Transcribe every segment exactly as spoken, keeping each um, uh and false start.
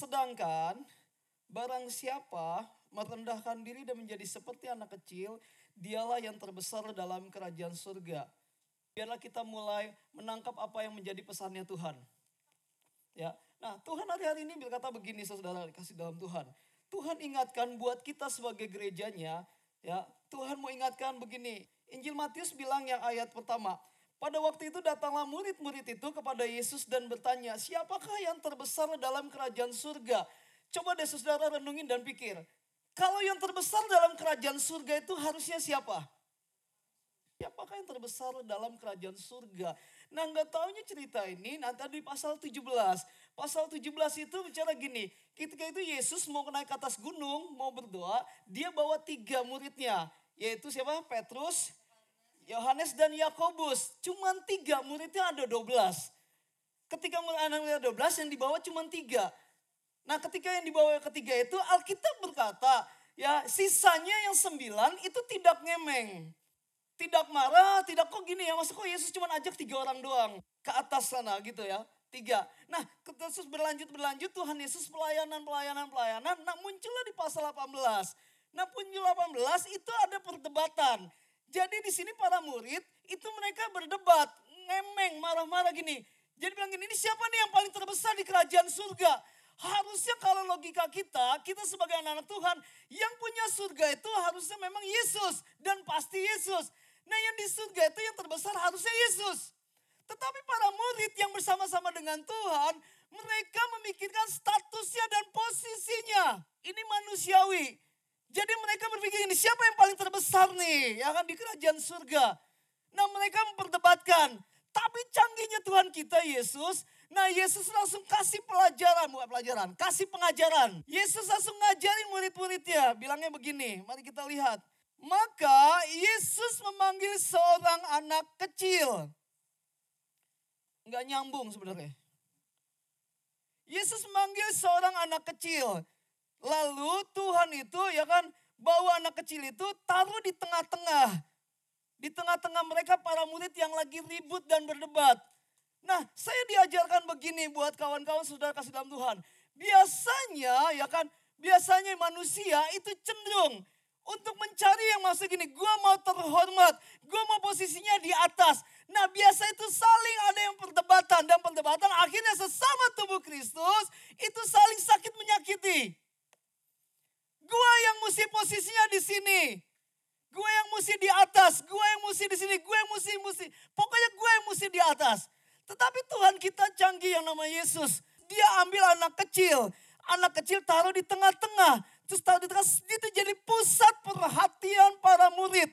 Sedangkan barang siapa merendahkan diri dan menjadi seperti anak kecil, dialah yang terbesar dalam kerajaan surga. Biarlah kita mulai menangkap apa yang menjadi pesannya Tuhan. Ya, nah Tuhan hari-hari ini berkata begini, saudara kasih dalam Tuhan. Tuhan ingatkan buat kita sebagai gerejanya, ya Tuhan mau ingatkan begini. Injil Matius bilang yang ayat pertama. Pada waktu itu datanglah murid-murid itu kepada Yesus dan bertanya, siapakah yang terbesar dalam kerajaan surga? Coba deh saudara renungin dan pikir. Kalau yang terbesar dalam kerajaan surga itu harusnya siapa? Siapakah yang terbesar dalam kerajaan surga? Nah nggak taunya cerita ini nanti di pasal tujuh belas. Pasal tujuh belas itu bicara gini. Ketika itu Yesus mau naik ke atas gunung, mau berdoa. Dia bawa tiga muridnya. Yaitu siapa? Petrus, Yohanes dan Yakobus. Cuman tiga, muridnya ada dua belas. Ketika muridnya ada dua belas, yang dibawa cuman tiga. Nah ketika yang dibawa ketiga itu Alkitab berkata, ya sisanya yang sembilan itu tidak ngemeng. Tidak marah, tidak kok gini ya, masa kok Yesus cuma ajak tiga orang doang ke atas sana gitu ya. Tiga. Nah terus berlanjut-berlanjut Tuhan Yesus pelayanan, pelayanan, pelayanan. Nah muncullah di pasal delapan belas. Nah muncul delapan belas itu ada perdebatan. Jadi di sini para murid itu mereka berdebat, ngemeng, marah-marah gini. Jadi bilang gini, ini siapa nih yang paling terbesar di kerajaan surga? Harusnya kalau logika kita, kita sebagai anak-anak Tuhan, yang punya surga itu harusnya memang Yesus. Dan pasti Yesus. Nah yang di surga itu yang terbesar harusnya Yesus. Tetapi para murid yang bersama-sama dengan Tuhan, mereka memikirkan statusnya dan posisinya. Ini manusiawi. Jadi mereka berpikir ini siapa yang paling terbesar nih, ya kan di kerajaan surga. Nah mereka memperdebatkan. Tapi canggihnya Tuhan kita Yesus, nah Yesus langsung kasih pelajaran, bukan pelajaran, kasih pengajaran. Yesus langsung ngajarin murid-muridnya, bilangnya begini, mari kita lihat. Maka Yesus memanggil seorang anak kecil. Enggak nyambung sebenarnya. Yesus memanggil seorang anak kecil. Lalu Tuhan itu ya kan bawa anak kecil itu taruh di tengah-tengah. Di tengah-tengah mereka para murid yang lagi ribut dan berdebat. Nah saya diajarkan begini buat kawan-kawan saudara kasih dalam Tuhan. Biasanya ya kan, biasanya manusia itu cenderung untuk mencari yang maksud gini. Gue mau terhormat, gue mau posisinya di atas. Nah biasa itu saling ada yang perdebatan. Dan perdebatan akhirnya sesama tubuh Kristus itu saling sakit menyakiti. Gue yang mesti posisinya di sini. Gue yang mesti di atas, gue yang mesti di sini, gue yang mesti, mesti. Pokoknya gue yang mesti di atas. Tetapi Tuhan kita canggih yang nama Yesus. Dia ambil anak kecil. Anak kecil taruh di tengah-tengah. Terus taruh di tengah, itu jadi pusat perhatian para murid.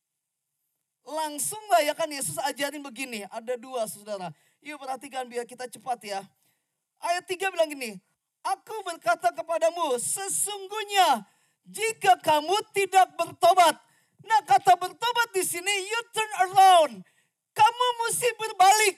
Langsung lah ya kan Yesus ajarin begini. Ada dua saudara. Yuk perhatikan biar kita cepat ya. Ayat tiga bilang gini. Aku berkata kepadamu, sesungguhnya jika kamu tidak bertobat. Nah kata bertobat di sini, you turn around. Kamu mesti berbalik.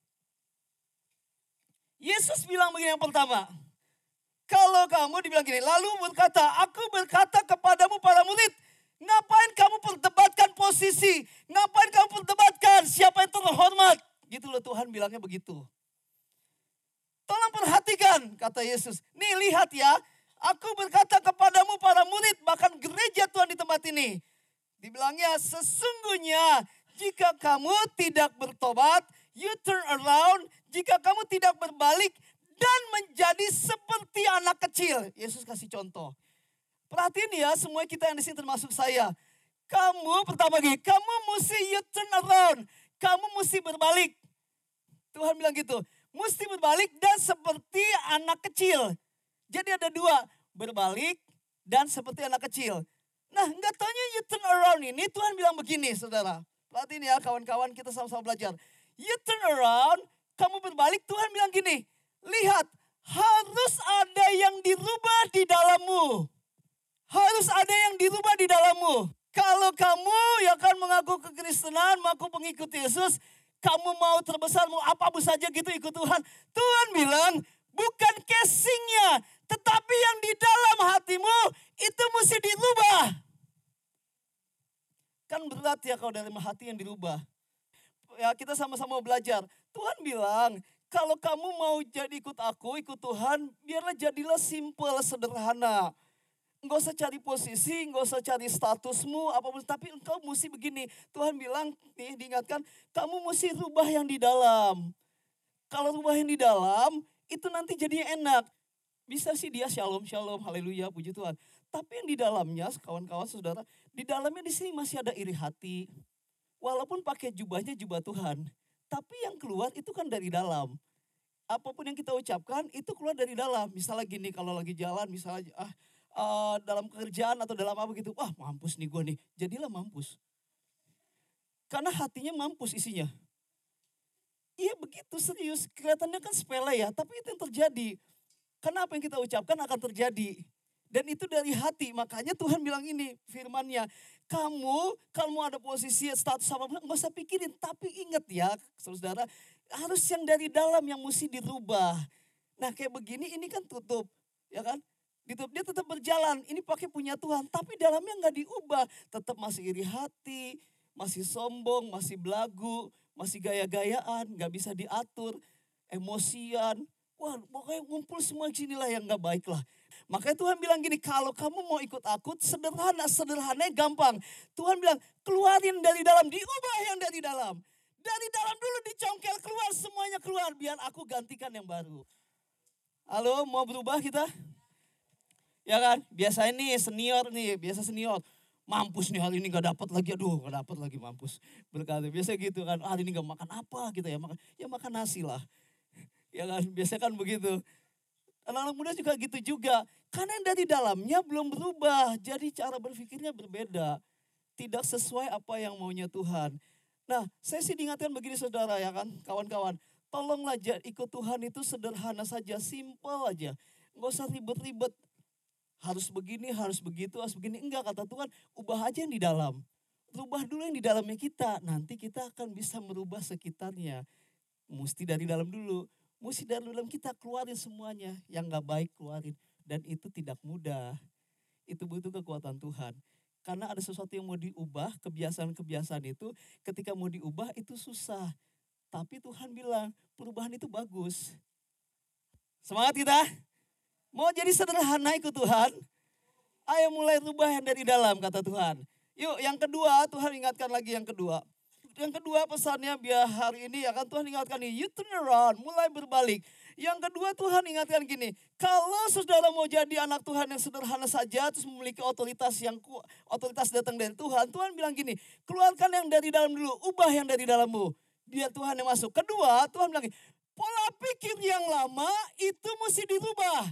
Yesus bilang begini yang pertama. Kalau kamu dibilang gini, lalu berkata, aku berkata kepadamu para murid. Ngapain kamu perdebatkan posisi? Ngapain kamu perdebatkan siapa yang terhormat? Gitu loh Tuhan bilangnya begitu. Tolong perhatikan kata Yesus. Nih lihat ya. Aku berkata kepadamu para murid, bahkan gereja Tuhan di tempat ini. Dibilangnya sesungguhnya jika kamu tidak bertobat, you turn around, jika kamu tidak berbalik dan menjadi seperti anak kecil. Yesus kasih contoh. Perhatiin ya semua kita yang di sini termasuk saya. Kamu pertama gini, kamu mesti you turn around, kamu mesti berbalik. Tuhan bilang gitu, mesti berbalik dan seperti anak kecil. Jadi ada dua, berbalik dan seperti anak kecil. Nah nggak taunya you turn around ini Tuhan bilang begini saudara. Perhatiin ya kawan-kawan kita sama-sama belajar. You turn around, kamu berbalik Tuhan bilang gini. Lihat harus ada yang dirubah di dalammu. Harus ada yang dirubah di dalammu. Kalau kamu yang akan mengaku kekristenan, mengaku pengikut Yesus. Kamu mau terbesar, mau apa saja gitu ikut Tuhan. Tuhan bilang bukan casingnya. Tetapi yang di dalam hatimu itu mesti dirubah. Kan berat ya kalau dari hati yang dirubah. Ya kita sama-sama belajar. Tuhan bilang Kalau kamu mau jadi ikut aku, ikut Tuhan, biarlah jadilah simple, sederhana. Enggak usah cari posisi, enggak usah cari statusmu, apapun. Tapi engkau mesti begini. Tuhan bilang, nih diingatkan, kamu mesti rubah yang di dalam. Kalau rubah yang di dalam, itu nanti jadinya enak. Bisa sih dia shalom, shalom, haleluya, puji Tuhan. Tapi yang di dalamnya, kawan-kawan, saudara, di dalamnya di sini masih ada iri hati. Walaupun pakai jubahnya jubah Tuhan. Tapi yang keluar itu kan dari dalam. Apapun yang kita ucapkan itu keluar dari dalam. Misalnya gini, kalau lagi jalan, misalnya ah, uh, dalam pekerjaan atau dalam apa gitu. Wah mampus nih gue nih, jadilah mampus. Karena hatinya mampus isinya. Iya begitu serius, kelihatannya kan sepele ya, tapi itu yang terjadi. Karena apa yang kita ucapkan akan terjadi. Dan itu dari hati, makanya Tuhan bilang ini firman-Nya. Kamu kalau mau ada posisi status apa nggak usah pikirin. Tapi ingat ya saudara, harus yang dari dalam yang mesti dirubah. Nah kayak begini ini kan tutup, ya kan? Ditutup, dia tetap berjalan, ini pakai punya Tuhan. Tapi dalamnya nggak diubah, tetap masih iri hati, masih sombong, masih belagu, masih gaya-gayaan, nggak bisa diatur, emosian. Wah pokoknya ngumpul semua sinilah yang nggak baik lah. Makanya Tuhan bilang gini, kalau kamu mau ikut aku, sederhana, sederhananya gampang. Tuhan bilang, keluarin dari dalam, diubah yang dari dalam. Dari dalam dulu dicongkel, keluar semuanya keluar, biar aku gantikan yang baru. Halo, mau berubah kita? Ya kan, biasa ini senior nih, biasa senior. Mampus nih hari ini gak dapat lagi, aduh gak dapat lagi mampus. Berkata, biasa gitu kan, hari ini gak makan apa gitu ya, makan, ya makan nasi lah. Ya kan, biasa kan begitu. Anak-anak muda juga gitu juga. Karena yang dari dalamnya belum berubah. Jadi cara berpikirnya berbeda. Tidak sesuai apa yang maunya Tuhan. Nah saya sih diingatkan begini saudara ya kan. Kawan-kawan. Tolonglah ikut Tuhan itu sederhana saja. Simple aja. Nggak usah ribet-ribet. Harus begini, harus begitu, harus begini. Enggak kata Tuhan. Ubah aja yang di dalam. Rubah dulu yang di dalamnya kita. Nanti kita akan bisa merubah sekitarnya. Mesti dari dalam dulu. Mesti dari dalam kita keluarin semuanya. Yang gak baik keluarin. Dan itu tidak mudah. Itu butuh kekuatan Tuhan. Karena ada sesuatu yang mau diubah. Kebiasaan-kebiasaan itu ketika mau diubah itu susah. Tapi Tuhan bilang perubahan itu bagus. Semangat kita. Mau jadi sederhana ikut Tuhan. Ayo mulai rubah yang dari dalam kata Tuhan. Yuk yang kedua Tuhan ingatkan lagi yang kedua. Yang kedua pesannya biar hari ini ya kan Tuhan ingatkan nih, you turn around, mulai berbalik. Yang kedua Tuhan ingatkan gini, kalau saudara mau jadi anak Tuhan yang sederhana saja, terus memiliki otoritas yang kuat, otoritas datang dari Tuhan, Tuhan bilang gini, keluarkan yang dari dalam dulu, ubah yang dari dalammu, biar Tuhan yang masuk. Kedua Tuhan bilang gini, pola pikir yang lama itu mesti dirubah.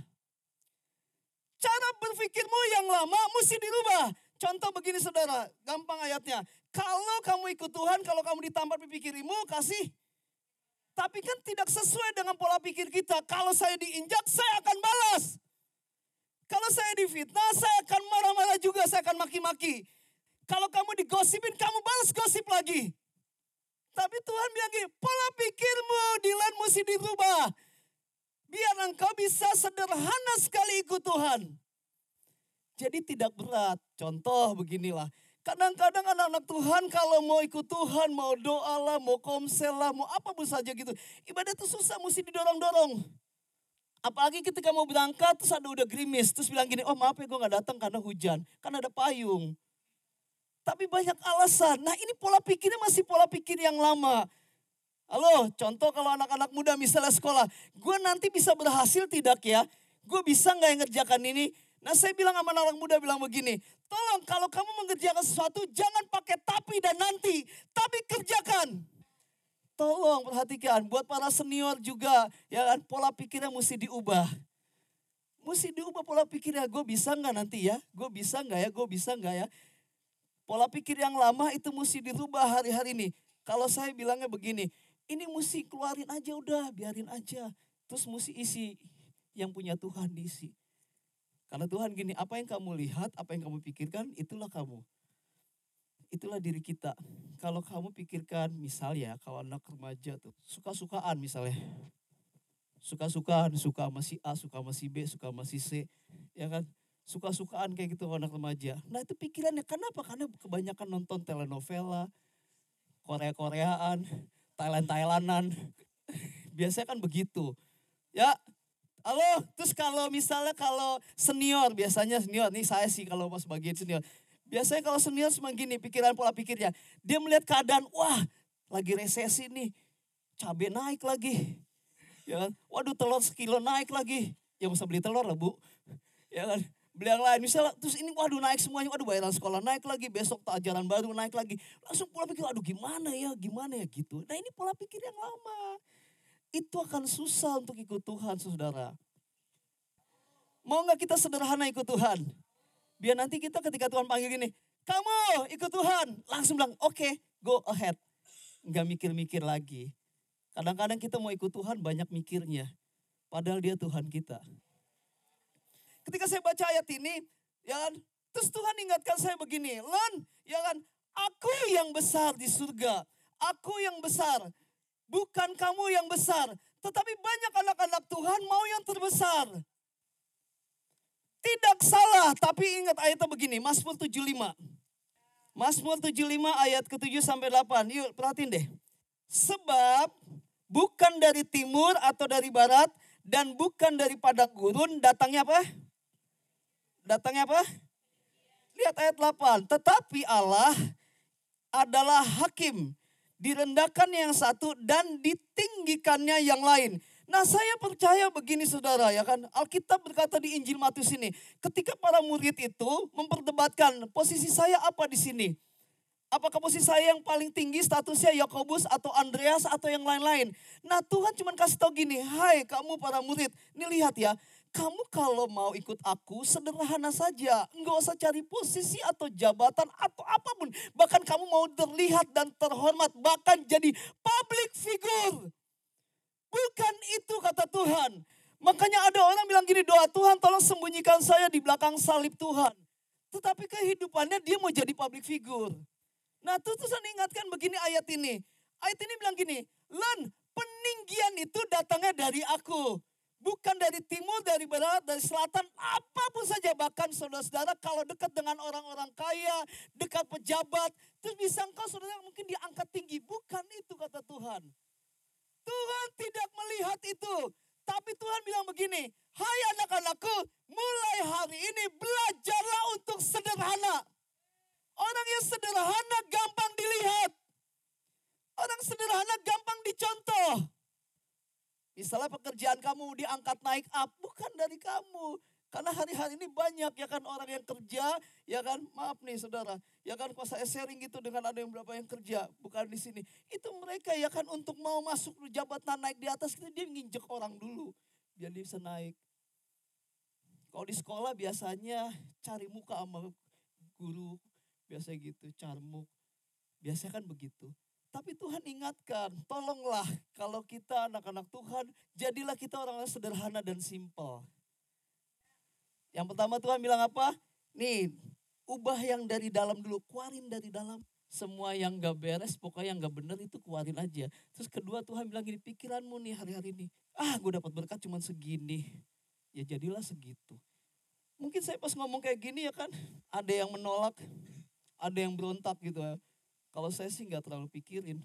Cara berpikirmu yang lama mesti dirubah. Contoh begini saudara, gampang ayatnya. Kalau kamu ikut Tuhan, kalau kamu ditampar pikirmu, kasih. Tapi kan tidak sesuai dengan pola pikir kita. Kalau saya diinjak, saya akan balas. Kalau saya difitnah, saya akan marah-marah juga, saya akan maki-maki. Kalau kamu digosipin, kamu balas gosip lagi. Tapi Tuhan bilang gini, pola pikirmu Dilan mesti dirubah. Biar engkau bisa sederhana sekali ikut Tuhan. Jadi tidak berat. Contoh beginilah. Kadang-kadang anak-anak Tuhan kalau mau ikut Tuhan, mau doa lah, mau komsel lah, mau apa pun saja gitu. Ibadah itu susah, mesti didorong-dorong. Apalagi ketika mau berangkat, terus ada udah gerimis. Terus bilang gini, oh maaf ya gue gak datang karena hujan. Karena ada payung. Tapi banyak alasan. Nah ini pola pikirnya masih pola pikir yang lama. Halo, contoh kalau anak-anak muda misalnya sekolah. Gue nanti bisa berhasil tidak ya? Gue bisa gak yang ngerjakan ini? Nah saya bilang sama anak muda bilang begini, tolong kalau kamu mengerjakan sesuatu jangan pakai tapi dan nanti, tapi kerjakan. Tolong perhatikan, buat para senior juga, ya kan pola pikirnya mesti diubah. Mesti diubah pola pikirnya, gue bisa nggak nanti ya, gue bisa nggak ya, gue bisa nggak ya. Pola pikir yang lama itu mesti dirubah hari-hari ini. Kalau saya bilangnya begini, ini mesti keluarin aja udah, biarin aja. Terus mesti isi yang punya Tuhan diisi. Karena Tuhan gini, apa yang kamu lihat, apa yang kamu pikirkan, itulah kamu. Itulah diri kita. Kalau kamu pikirkan, misalnya kalau anak remaja tuh, suka-sukaan misalnya. Suka-sukaan, suka sama si A, suka sama si B, suka sama si C. Ya kan, suka-sukaan kayak gitu anak remaja. Nah itu pikirannya, kenapa? Karena kebanyakan nonton telenovela, Korea-Koreaan, Thailand-Thailandan. Biasanya kan begitu. Ya, halo, terus kalau misalnya kalau senior, biasanya senior, nih saya sih kalau pas bagian senior. Biasanya kalau senior cuma gini, pikiran pola pikirnya. Dia melihat keadaan, wah lagi resesi nih, cabai naik lagi. Ya kan, waduh telur sekilo naik lagi. Ya usah beli telur lah bu. Ya kan, beli yang lain. Misalnya, terus ini waduh naik semuanya, waduh bayaran sekolah naik lagi, besok ajaran baru naik lagi. Langsung pola pikir, aduh gimana ya, gimana ya gitu. Nah ini pola pikir yang lama. Itu akan susah untuk ikut Tuhan saudara. Mau gak kita sederhana ikut Tuhan? Biar nanti kita ketika Tuhan panggil gini, kamu ikut Tuhan. Langsung bilang, oke okay, go ahead. Gak mikir-mikir lagi. Kadang-kadang kita mau ikut Tuhan banyak mikirnya. Padahal dia Tuhan kita. Ketika saya baca ayat ini, ya kan, terus Tuhan ingatkan saya begini, Lon, ya kan, aku yang besar di surga. Aku yang besar. Bukan kamu yang besar, tetapi banyak anak-anak Tuhan mau yang terbesar. Tidak salah, tapi ingat ayatnya begini, Mazmur tujuh puluh lima. Mazmur tujuh puluh lima ayat ketujuh sampai delapan. Yuk perhatiin deh. Sebab bukan dari timur atau dari barat dan bukan dari padang gurun datangnya apa? Datangnya apa? Lihat ayat delapan. Tetapi Allah adalah hakim. Direndahkan yang satu dan ditinggikannya yang lain. Nah saya percaya begini saudara ya kan. Alkitab berkata di Injil Matius ini. Ketika para murid itu memperdebatkan posisi saya apa di sini. Apakah posisi saya yang paling tinggi statusnya Yakobus atau Andreas atau yang lain-lain. Nah Tuhan cuma kasih tahu gini. Hai kamu para murid. Ini lihat ya. Kamu kalau mau ikut aku sederhana saja. Enggak usah cari posisi atau jabatan atau apapun. Bahkan kamu mau terlihat dan terhormat. Bahkan jadi public figure. Bukan itu kata Tuhan. Makanya ada orang bilang gini, doa Tuhan tolong sembunyikan saya di belakang salib Tuhan. Tetapi kehidupannya dia mau jadi public figure. Nah tuh Tuhan ingatkan begini ayat ini. Ayat ini bilang gini, Len peninggian itu datangnya dari aku. Bukan dari timur, dari barat, dari selatan, apapun saja. Bahkan saudara-saudara kalau dekat dengan orang-orang kaya, dekat pejabat. Terus bisa engkau saudara mungkin diangkat tinggi. Bukan itu kata Tuhan. Tuhan tidak melihat itu. Tapi Tuhan bilang begini, hai anak-anakku, mulai hari ini belajarlah untuk sederhana. Orang yang sederhana gampang dilihat. Orang sederhana gampang dicontoh. Misalnya pekerjaan kamu diangkat naik up, bukan dari kamu. Karena hari-hari ini banyak ya kan orang yang kerja, ya kan maaf nih saudara. Ya kan pas saya sharing gitu dengan ada yang berapa yang kerja, bukan di sini. Itu mereka ya kan untuk mau masuk jabatan naik di atas, dia nginjek orang dulu. Biar dia bisa naik. Kalau di sekolah biasanya cari muka sama guru, biasanya gitu, carmuk. Biasanya kan begitu. Tapi Tuhan ingatkan, tolonglah kalau kita anak-anak Tuhan, jadilah kita orang-orang sederhana dan simpel. Yang pertama Tuhan bilang apa? Nih, ubah yang dari dalam dulu, keluarin dari dalam. Semua yang gak beres, pokoknya yang gak bener itu keluarin aja. Terus kedua Tuhan bilang gini, pikiranmu nih hari-hari ini. Ah gue dapat berkat cuma segini. Ya jadilah segitu. Mungkin saya pas ngomong kayak gini ya kan, ada yang menolak, ada yang berontak gitu ya. Kalau saya sih gak terlalu pikirin.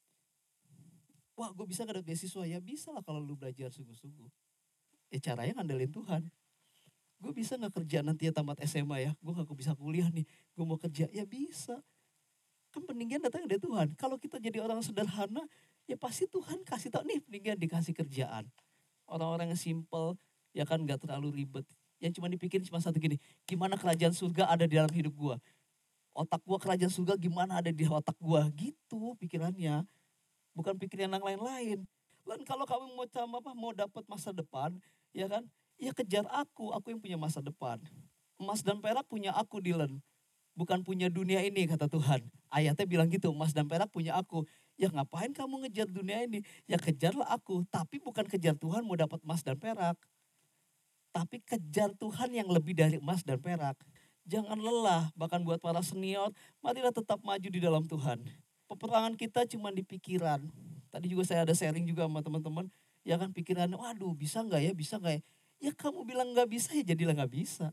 Wah gue bisa gak dapat beasiswa? Ya bisa lah kalau lu belajar sungguh-sungguh. Ya caranya ngandelin Tuhan. Gue bisa gak kerja nanti ya tamat S M A ya. Gue gak bisa kuliah nih. Gue mau kerja. Ya bisa. Kan peninggian datangnya dari Tuhan. Kalau kita jadi orang sederhana. Ya pasti Tuhan kasih tau nih peninggian dikasih kerjaan. Orang-orang yang simple. Ya kan gak terlalu ribet. Yang cuma dipikirin cuma satu gini. Gimana kerajaan surga ada di dalam hidup gue. Otak gue kerajaan surga gimana ada di otak gue. Gitu pikirannya. Bukan pikiran yang lain-lain. Dan kalau kamu mau apa, mau dapat masa depan. Ya kan. Ya kejar aku. Aku yang punya masa depan. Emas dan perak punya aku Dylan. Bukan punya dunia ini kata Tuhan. Ayatnya bilang gitu. Emas dan perak punya aku. Ya ngapain kamu ngejar dunia ini. Ya kejarlah aku. Tapi bukan kejar Tuhan mau dapat emas dan perak. Tapi kejar Tuhan yang lebih dari emas dan perak. Jangan lelah, bahkan buat para senior, marilah tetap maju di dalam Tuhan. Peperangan kita cuma di pikiran. Tadi juga saya ada sharing juga sama teman-teman. Ya kan pikirannya, waduh bisa gak ya, bisa gak ya. Ya kamu bilang gak bisa, ya jadilah gak bisa.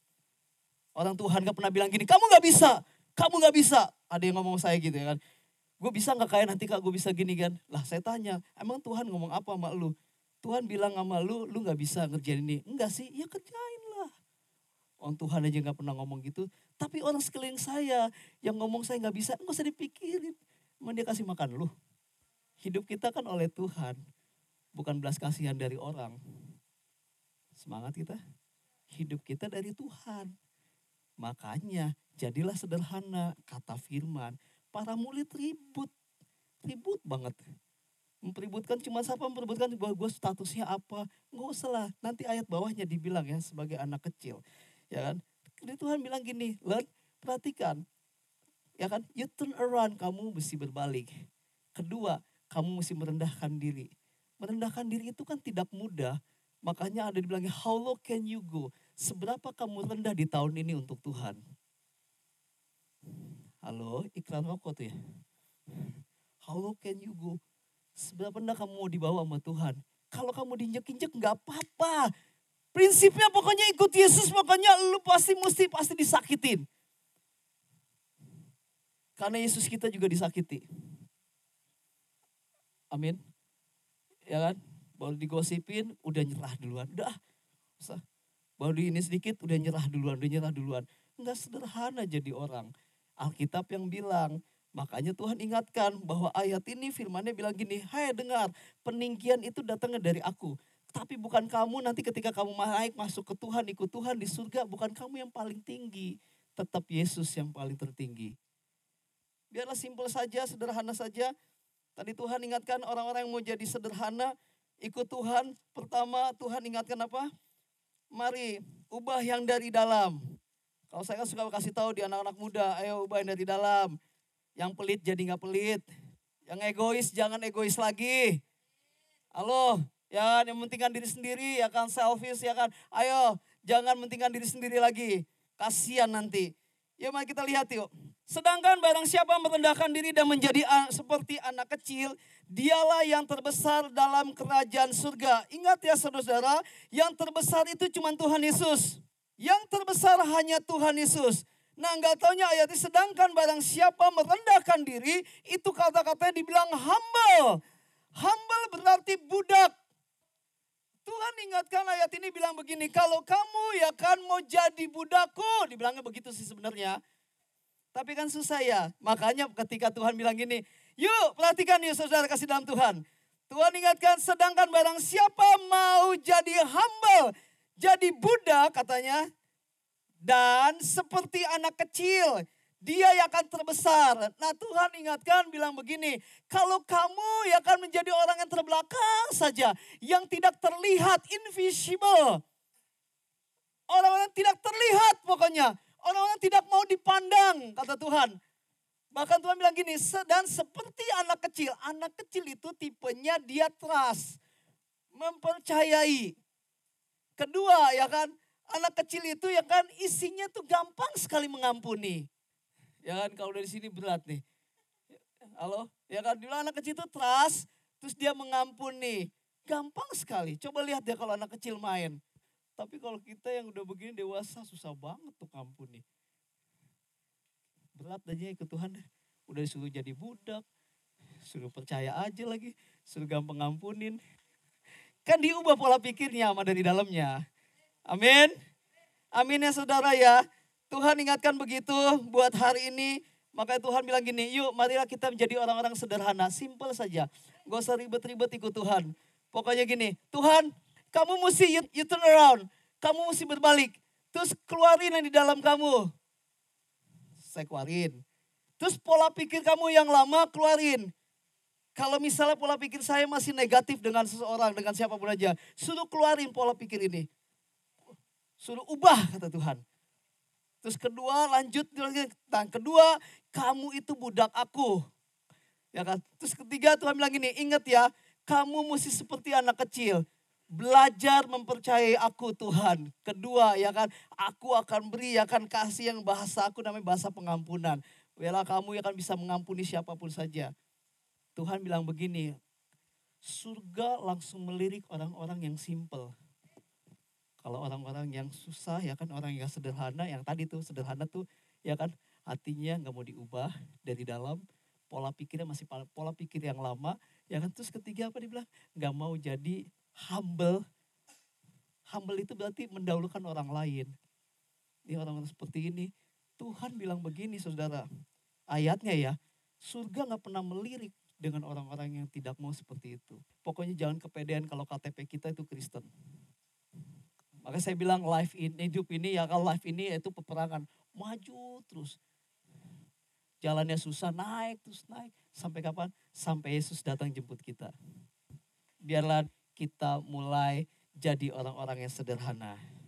Orang Tuhan gak pernah bilang gini, kamu gak bisa, kamu gak bisa. Ada yang ngomong saya gitu ya kan. Gue bisa gak kayak nanti Kak gue bisa gini kan. Lah saya tanya, emang Tuhan ngomong apa sama lu? Tuhan bilang sama lu, lu gak bisa ngerjain ini. Enggak sih, ya kerjain lah. Orang Tuhan aja gak pernah ngomong gitu. Tapi orang sekeliling saya yang ngomong saya gak bisa, gak usah dipikirin. Emang dia kasih makan lu? Hidup kita kan oleh Tuhan. Bukan belas kasihan dari orang. Semangat kita. Hidup kita dari Tuhan. Makanya jadilah sederhana, kata firman. Para murid ribut, ribut banget. Mempeributkan cuma siapa mempeributkan bahwa gue statusnya apa. Nggak usah lah, nanti ayat bawahnya dibilang ya sebagai anak kecil. Ya kan, jadi Tuhan bilang gini, learn, perhatikan. Ya kan, you turn around, kamu mesti berbalik. Kedua, kamu mesti merendahkan diri. Merendahkan diri itu kan tidak mudah. Makanya ada dibilangnya, how low can you go? Seberapa kamu rendah di tahun ini untuk Tuhan? Halo, iklan rokok tuh ya. How low can you go? Seberapa rendah kamu mau dibawa sama Tuhan? Kalau kamu diinjek-injek gak apa-apa. Prinsipnya pokoknya ikut Yesus, pokoknya lu pasti mesti pasti disakitin. Karena Yesus kita juga disakiti. Amin. Ya kan? Baru digosipin, udah nyerah duluan. Udah, usah. Baru ini sedikit, udah nyerah duluan, udah nyerah duluan. Enggak sederhana jadi orang. Alkitab yang bilang, makanya Tuhan ingatkan bahwa ayat ini firmannya bilang gini, hai dengar, peninggian itu datangnya dari aku. Tapi bukan kamu nanti ketika kamu naik masuk ke Tuhan, ikut Tuhan di surga, bukan kamu yang paling tinggi. Tetap Yesus yang paling tertinggi. Biarlah simpel saja, sederhana saja. Tadi Tuhan ingatkan orang-orang yang mau jadi sederhana, ikut Tuhan. Pertama Tuhan ingatkan apa? Mari ubah yang dari dalam. Kalau saya kan suka kasih tahu di anak-anak muda, ayo ubah yang dari dalam. Yang pelit jadi gak pelit. Yang egois jangan egois lagi. Halo, ya yang mementingkan diri sendiri, ya kan selfish, ya kan. Ayo, jangan mementingkan diri sendiri lagi. Kasihan nanti. Ya mari kita lihat yuk. Sedangkan barang siapa merendahkan diri dan menjadi seperti anak kecil, dialah yang terbesar dalam kerajaan surga. Ingat ya saudara, yang terbesar itu cuma Tuhan Yesus. Yang terbesar hanya Tuhan Yesus. Nah enggak taunya ayatnya, sedangkan barang siapa merendahkan diri, itu kata-katanya dibilang humble. Humble berarti budak. Tuhan ingatkan ayat ini bilang begini, kalau kamu ya kan mau jadi budakku. Dibilangnya begitu sih sebenarnya. Tapi kan susah ya. Makanya ketika Tuhan bilang gini, yuk perhatikan yuk saudara kasih dalam Tuhan. Tuhan ingatkan, sedangkan barang siapa mau jadi humble, jadi budak katanya. Dan seperti anak kecil, dia yang akan terbesar. Nah Tuhan ingatkan bilang begini, kalau kamu yang akan menjadi orang yang terbelakang saja, yang tidak terlihat, invisible. Orang-orang tidak terlihat pokoknya. Orang-orang tidak mau dipandang, kata Tuhan. Bahkan Tuhan bilang gini, dan seperti anak kecil. Anak kecil itu tipenya dia trust, mempercayai. Kedua ya kan, anak kecil itu ya kan isinya tuh gampang sekali mengampuni. Ya kan kalau dari sini berat nih. Halo, ya kan dulu anak kecil itu trust, terus dia mengampuni. Gampang sekali, coba lihat ya kalau anak kecil main. Tapi kalau kita yang udah begini dewasa susah banget tuh ampuni. Berat aja ikut Tuhan, udah disuruh jadi budak, suruh percaya aja lagi, suruh gampang ngampunin. Kan diubah pola pikirnya sama dari dalamnya. Amin. Amin ya saudara ya. Tuhan ingatkan begitu buat hari ini. Makanya Tuhan bilang gini, yuk marilah kita menjadi orang-orang sederhana. Simple saja. Gak usah ribet-ribet ikut Tuhan. Pokoknya gini, Tuhan kamu mesti you, you turn around. Kamu mesti berbalik. Terus keluarin yang di dalam kamu. Saya keluarin. Terus pola pikir kamu yang lama keluarin. Kalau misalnya pola pikir saya masih negatif dengan seseorang, dengan siapapun aja. Suruh keluarin pola pikir ini. Suruh ubah kata Tuhan. Terus kedua lanjut. Nah, kedua kamu itu budak aku. Ya kan? Terus ketiga Tuhan bilang gini, ingat ya. Kamu mesti seperti anak kecil. Belajar mempercayai aku Tuhan. Kedua ya kan, aku akan beri ya kan kasih yang bahasa aku namanya bahasa pengampunan. Biarlah kamu yang akan bisa mengampuni siapapun saja. Tuhan bilang begini, surga langsung melirik orang-orang yang simple. Kalau orang-orang yang susah ya kan, orang yang sederhana, yang tadi tuh sederhana tuh ya kan hatinya gak mau diubah dari dalam. pola pikirnya masih pola pikir yang lama. Ya kan, terus ketiga apa dibilang? Gak mau jadi humble. Humble itu berarti mendahulukan orang lain. Ini orang-orang seperti ini. Tuhan bilang begini saudara. Ayatnya ya, surga gak pernah melirik dengan orang-orang yang tidak mau seperti itu. Pokoknya jangan kepedean kalau K T P kita itu Kristen. Maka saya bilang life ini, hidup ini ya, kalau life ini yaitu peperangan. Maju terus. Jalannya susah, naik terus naik. Sampai kapan? Sampai Yesus datang jemput kita. Biarlah kita mulai jadi orang-orang yang sederhana.